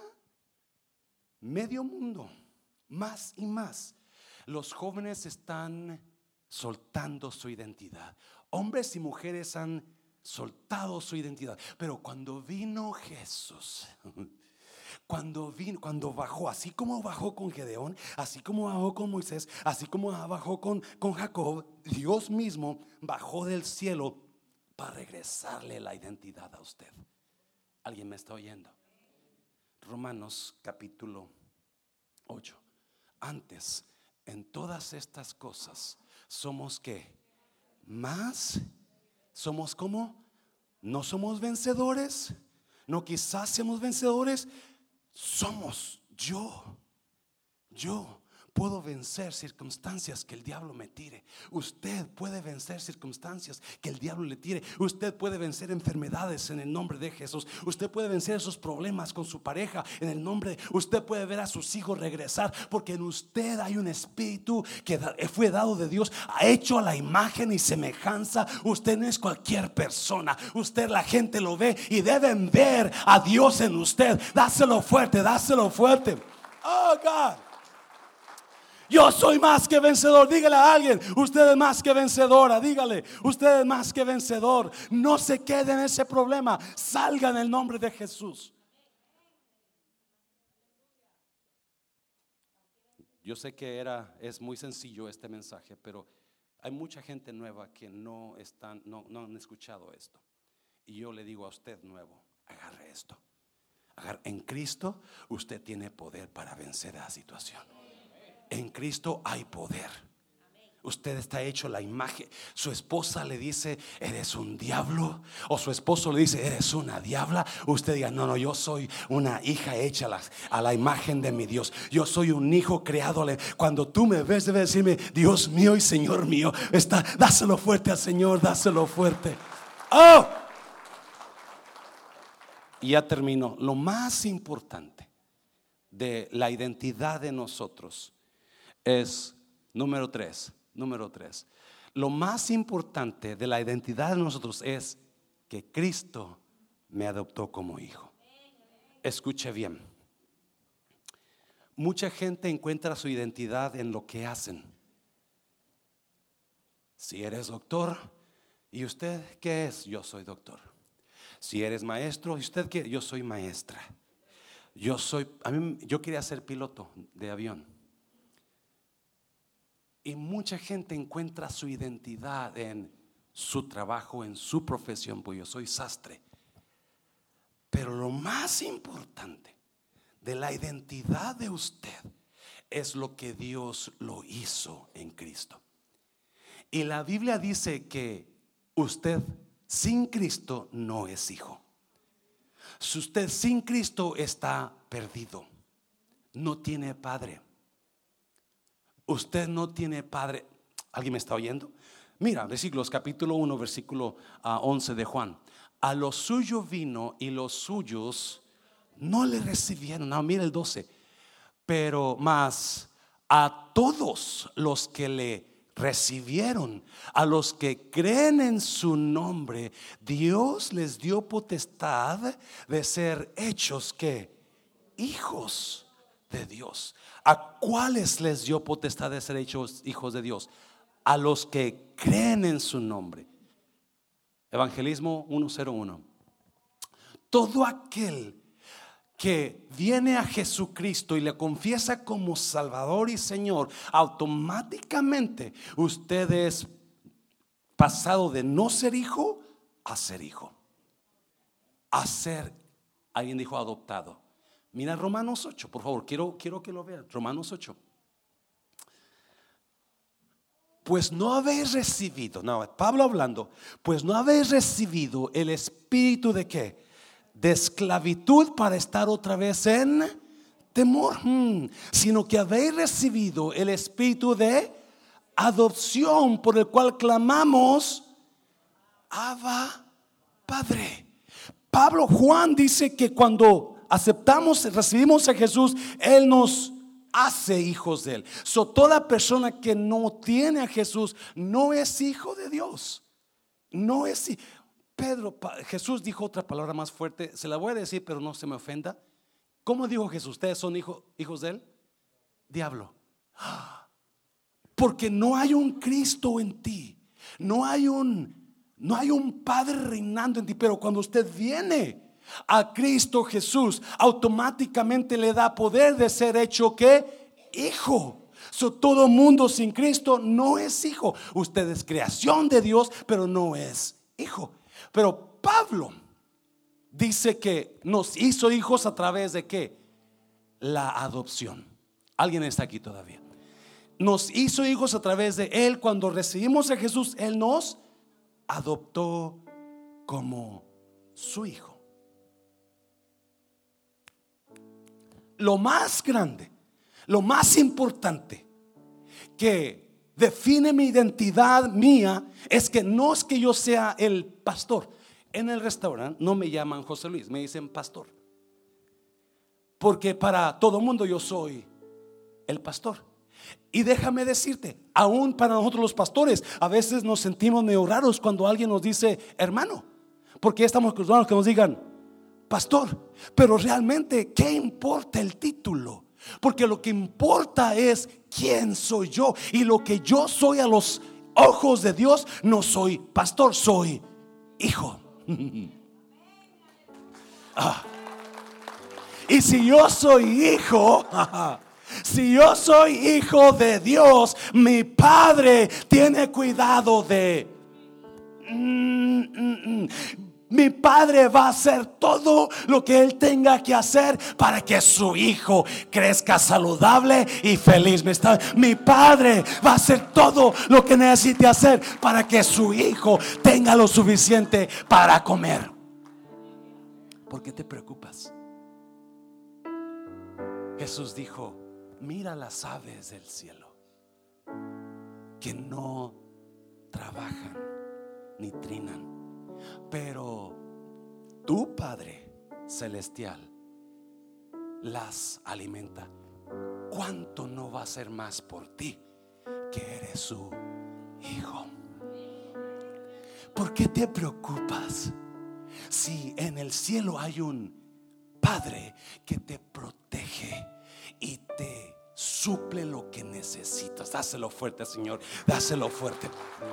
S1: medio mundo, más y más, los jóvenes están soltando su identidad. Hombres y mujeres han soltado su identidad. Pero cuando vino Jesús, Cuando vino, cuando bajó, así como bajó con Gedeón, así como bajó con Moisés, así como bajó con, con Jacob, Dios mismo bajó del cielo para regresarle la identidad a usted. ¿Alguien me está oyendo? Romanos capítulo ocho. Antes, en todas estas cosas, somos ¿qué? Más. Somos como, no somos vencedores. No, quizás seamos vencedores. Somos yo. Yo puedo vencer circunstancias que el diablo me tire. Usted puede vencer circunstancias que el diablo le tire. Usted puede vencer enfermedades en el nombre de Jesús. Usted puede vencer esos problemas con su pareja en el nombre de, usted puede ver a sus hijos regresar, porque en usted hay un espíritu que fue dado de Dios, ha hecho a la imagen y semejanza. Usted no es cualquier persona. Usted, la gente lo ve y deben ver a Dios en usted. Dáselo fuerte, dáselo fuerte. Oh God, yo soy más que vencedor. Dígale a alguien: usted es más que vencedora. Dígale: usted es más que vencedor. No se quede en ese problema. Salga en el nombre de Jesús. Yo sé que era, es muy sencillo este mensaje, pero hay mucha gente nueva que no están, no, no han escuchado esto. Y yo le digo a usted nuevo: agarre esto. Agarre. En Cristo usted tiene poder para vencer la situación. En Cristo hay poder. Usted está hecho la imagen. Su esposa le dice: eres un diablo. O su esposo le dice: eres una diabla. Usted diga: no, no, yo soy una hija hecha a la, a la imagen de mi Dios. Yo soy un hijo creado. Cuando tú me ves, debes decirme: Dios mío y Señor mío. Está, dáselo fuerte al Señor, dáselo fuerte. Oh, y ya termino. Lo más importante de la identidad de nosotros es número tres. Número tres. Lo más importante de la identidad de nosotros es que Cristo me adoptó como hijo. Escuche bien. Mucha gente encuentra su identidad en lo que hacen. Si eres doctor, ¿y usted qué es? Yo soy doctor. Si eres maestro, ¿y usted qué? Yo soy maestra. Yo soy, a mí, yo quería ser piloto de avión. Y mucha gente encuentra su identidad en su trabajo, en su profesión, pues yo soy sastre. Pero lo más importante de la identidad de usted es lo que Dios lo hizo en Cristo. Y la Biblia dice que usted sin Cristo no es hijo. Si usted sin Cristo está perdido, no tiene padre. Usted no tiene padre. ¿Alguien me está oyendo? Mira, versículos, capítulo uno, versículo uh, once de Juan. A lo suyo vino y los suyos no le recibieron. No, mira el doce. Pero más a todos los que le recibieron, a los que creen en su nombre, Dios les dio potestad de ser hechos que hijos de Dios. ¿A cuáles les dio potestad de ser hechos hijos de Dios? A los que creen en su nombre. Evangelismo uno cero uno. Todo aquel que viene a Jesucristo y le confiesa como Salvador y Señor, automáticamente usted es pasado de no ser hijo a ser hijo, a ser, alguien dijo adoptado. Mira Romanos ocho, por favor, quiero, quiero que lo vean. Romanos ocho. Pues no habéis recibido, no, Pablo hablando, pues no habéis recibido el espíritu de qué, de esclavitud para estar otra vez en temor, hmm, sino que habéis recibido el espíritu de adopción, por el cual clamamos Abba, Padre. Pablo, Juan dice que cuando aceptamos, recibimos a Jesús, Él nos hace hijos de Él. So, toda persona que no tiene a Jesús no es hijo de Dios. No es hijo. Pedro, Jesús dijo otra palabra más fuerte, se la voy a decir, pero no se me ofenda. ¿Cómo dijo Jesús? ¿Ustedes son hijo, hijos de Él? Diablo. Porque no hay un Cristo en ti. No hay un No hay un Padre reinando en ti. Pero cuando usted viene a Cristo Jesús, automáticamente le da poder de ser hecho ¿qué? Hijo. So, todo mundo sin Cristo no es hijo. Usted es creación de Dios, pero no es hijo. Pero Pablo dice que nos hizo hijos a través de ¿qué? La adopción. ¿Alguien está aquí todavía? Nos hizo hijos a través de Él. Cuando recibimos a Jesús, Él nos adoptó como su hijo. Lo más grande, lo más importante que define mi identidad mía es que no es que yo sea el pastor. En el restaurante no me llaman José Luis, me dicen pastor, porque para todo mundo yo soy el pastor. Y déjame decirte, aún para nosotros los pastores a veces nos sentimos medio raros cuando alguien nos dice hermano, porque estamos acostumbrados que nos digan pastor. Pero realmente, ¿qué importa el título? Porque lo que importa es quién soy yo. Y lo que yo soy a los ojos de Dios, no soy pastor, soy hijo. Ah. Y si yo soy hijo, si yo soy hijo de Dios, mi Padre tiene cuidado de mm, mm, mm. Mi Padre va a hacer todo lo que Él tenga que hacer para que su hijo crezca saludable y feliz. Mi Padre va a hacer todo lo que necesite hacer para que su hijo tenga lo suficiente para comer. ¿Por qué te preocupas? Jesús dijo: mira las aves del cielo, que no trabajan ni trinan, pero tu Padre celestial las alimenta. ¿Cuánto no va a hacer más por ti que eres su hijo? ¿Por qué te preocupas si en el cielo hay un Padre que te protege y te suple lo que necesitas? Dáselo fuerte, Señor, dáselo fuerte.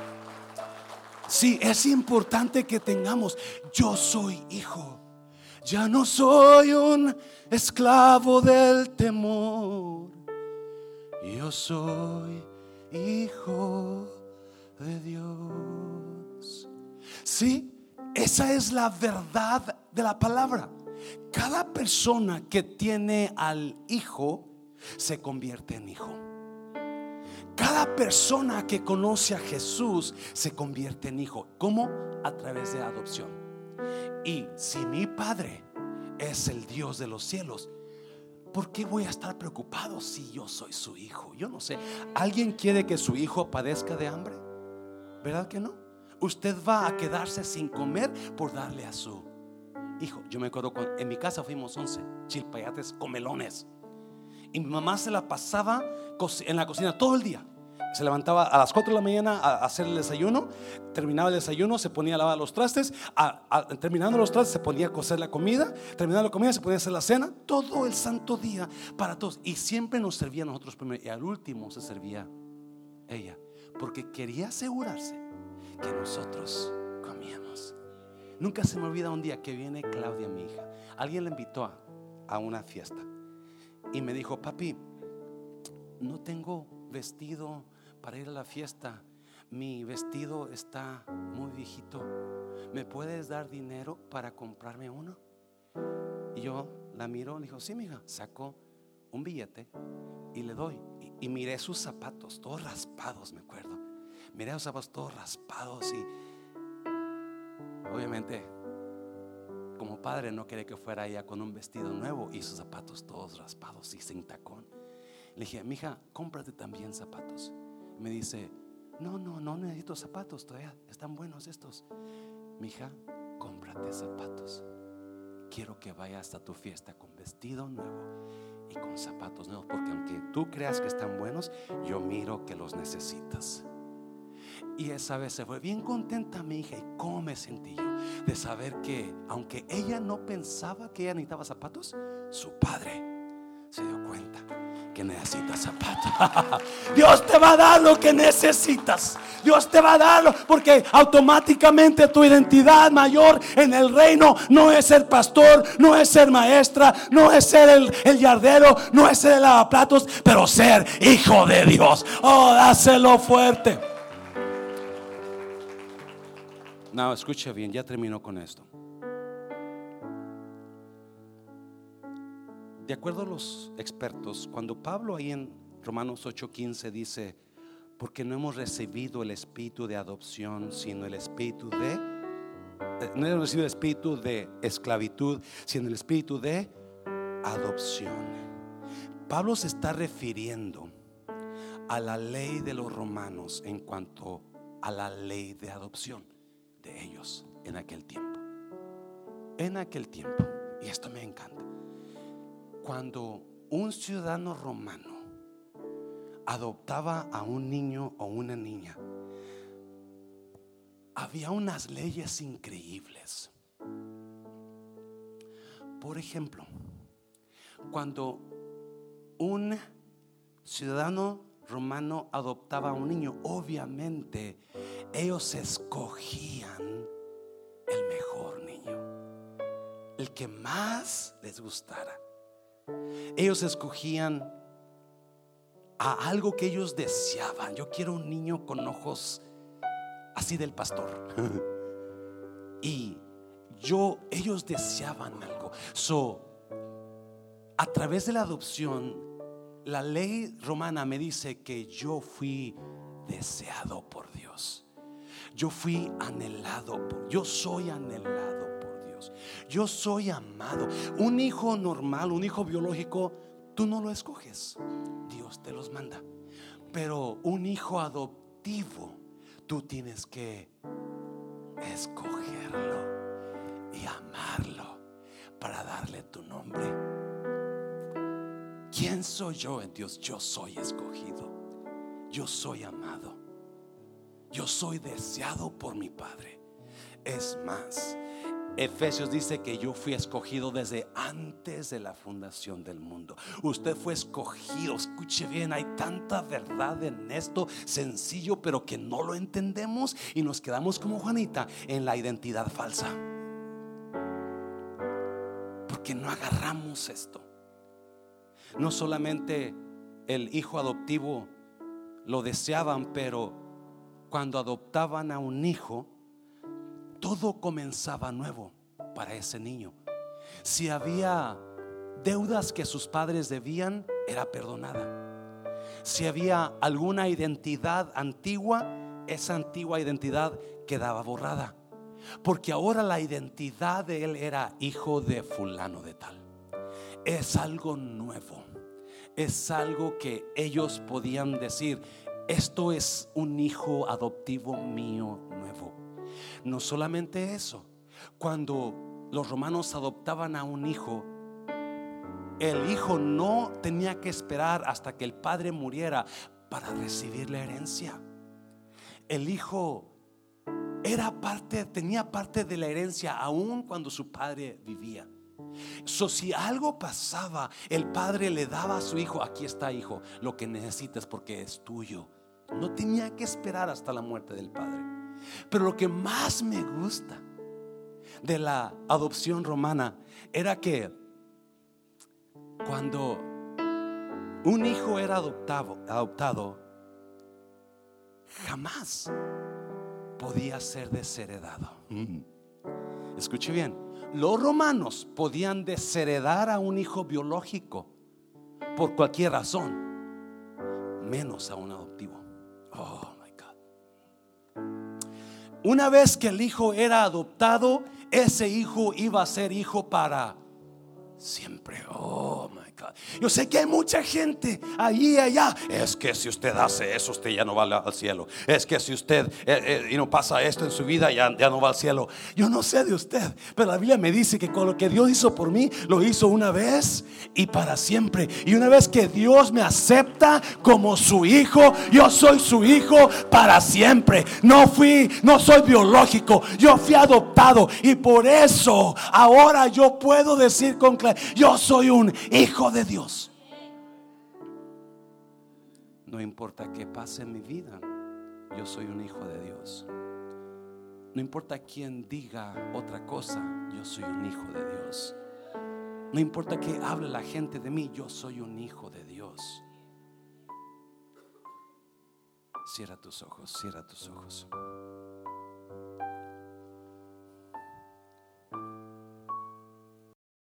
S1: Sí, es importante que tengamos: yo soy hijo, ya no soy un esclavo del temor, yo soy hijo de Dios. Sí, esa es la verdad de la palabra. Cada persona que tiene al Hijo se convierte en hijo. Cada persona que conoce a Jesús se convierte en hijo. ¿Cómo? A través de adopción. Y si mi Padre es el Dios de los cielos, ¿por qué voy a estar preocupado si yo soy su hijo? Yo no sé. ¿Alguien quiere que su hijo padezca de hambre? ¿Verdad que no? Usted va a quedarse sin comer por darle a su hijo. Yo me acuerdo cuando en mi casa fuimos once chilpayates comelones, y mi mamá se la pasaba en la cocina todo el día. Se levantaba a las cuatro de la mañana a hacer el desayuno, terminaba el desayuno, se ponía a lavar los trastes, a, a, terminando los trastes se ponía a cocer la comida, terminando la comida se ponía a hacer la cena, todo el santo día para todos. Y siempre nos servía a nosotros primero, y al último se servía ella, porque quería asegurarse que nosotros comíamos. Nunca se me olvida un día que viene Claudia, mi hija. Alguien la invitó a, a una fiesta y me dijo: papi, no tengo vestido para ir a la fiesta, mi vestido está muy viejito, ¿me puedes dar dinero para comprarme uno? Y yo la miro, le dijo: sí, mija. Sacó un billete y le doy, y, y miré sus zapatos todos raspados, me acuerdo. Miré los zapatos todos raspados, y obviamente como padre no quería que fuera ella con un vestido nuevo y sus zapatos todos raspados y sin tacón. Le dije: mija, cómprate también zapatos. Me dice: no, no, no necesito zapatos, todavía están buenos estos. Mija, cómprate zapatos. Quiero que vayas a tu fiesta con vestido nuevo y con zapatos nuevos, porque aunque tú creas que están buenos, yo miro que los necesitas. Y esa vez se fue bien contenta mi hija. Y cómo me sentí yo de saber que aunque ella no pensaba que ella necesitaba zapatos, su padre se dio cuenta que necesita zapatos. Dios te va a dar lo que necesitas. Dios te va a darlo, porque automáticamente tu identidad mayor en el reino no es ser pastor, no es ser maestra, no es ser el, el yardero, no es ser el lavaplatos, pero ser hijo de Dios. Oh, dáselo fuerte. No, escucha bien, ya termino con esto. De acuerdo a los expertos, cuando Pablo ahí en Romanos ocho quince dice: porque no hemos recibido el espíritu de adopción, sino el espíritu de eh, no hemos recibido el espíritu de esclavitud, sino el espíritu de adopción. Pablo se está refiriendo a la ley de los romanos en cuanto a la ley de adopción de ellos en aquel tiempo. En aquel tiempo, y esto me encanta, cuando un ciudadano romano adoptaba a un niño o una niña, había unas leyes increíbles. Por ejemplo, cuando un ciudadano romano adoptaba a un niño, obviamente ellos escogían el mejor niño, el que más les gustara. Ellos escogían a algo que ellos deseaban. Yo quiero un niño con ojos así del pastor. Y yo, ellos deseaban algo. So, a través de la adopción, la ley romana me dice que yo fui deseado por Dios. Yo fui anhelado por, yo soy anhelado por Dios. Yo soy amado. Un hijo normal, un hijo biológico, tú no lo escoges, Dios te los manda. Pero un hijo adoptivo, tú tienes que escogerlo y amarlo para darle tu nombre. ¿Quién soy yo en Dios? Yo soy escogido, yo soy amado, yo soy deseado por mi Padre. Es más, Efesios dice que yo fui escogido desde antes de la fundación del mundo. Usted fue escogido. Escuche bien, hay tanta verdad en esto, sencillo, pero que no lo entendemos y nos quedamos como Juanita en la identidad falsa, porque no agarramos esto. No solamente el hijo adoptivo lo deseaban, pero cuando adoptaban a un hijo, todo comenzaba nuevo para ese niño. Si había deudas que sus padres debían, era perdonada. Si había alguna identidad antigua, esa antigua identidad quedaba borrada, porque ahora la identidad de él era hijo de fulano de tal. Es algo nuevo, es algo que ellos podían decir: esto es un hijo adoptivo mío nuevo. No solamente eso, cuando los romanos adoptaban a un hijo, el hijo no tenía que esperar hasta que el padre muriera para recibir la herencia. El hijo era parte, tenía parte de la herencia aún cuando su padre vivía. So, si algo pasaba, el padre le daba a su hijo: aquí está, hijo, lo que necesitas porque es tuyo. No tenía que esperar hasta la muerte del padre. Pero lo que más me gusta de la adopción romana era que cuando un hijo era adoptado, adoptado, jamás podía ser desheredado. Mm. Escuche bien, los romanos podían desheredar a un hijo biológico por cualquier razón, menos a un adoptivo. Oh my God. Una vez que el hijo era adoptado, ese hijo iba a ser hijo para siempre. Oh my God. Yo sé que hay mucha gente allí y allá: es que si usted hace eso, usted ya no va al cielo. Es que si usted eh, eh, y no pasa esto en su vida, ya, ya no va al cielo. Yo no sé de usted, pero la Biblia me dice que con lo que Dios hizo por mí, lo hizo una vez y para siempre. Y una vez que Dios me acepta como su hijo, yo soy su hijo para siempre. No fui, no soy biológico, yo fui adoptado, y por eso ahora yo puedo decir con claridad: yo soy un hijo de Dios. No importa qué pase en mi vida, yo soy un hijo de Dios. No importa quién diga otra cosa, yo soy un hijo de Dios. No importa que hable la gente de mí, yo soy un hijo de Dios. Cierra tus ojos, cierra tus ojos.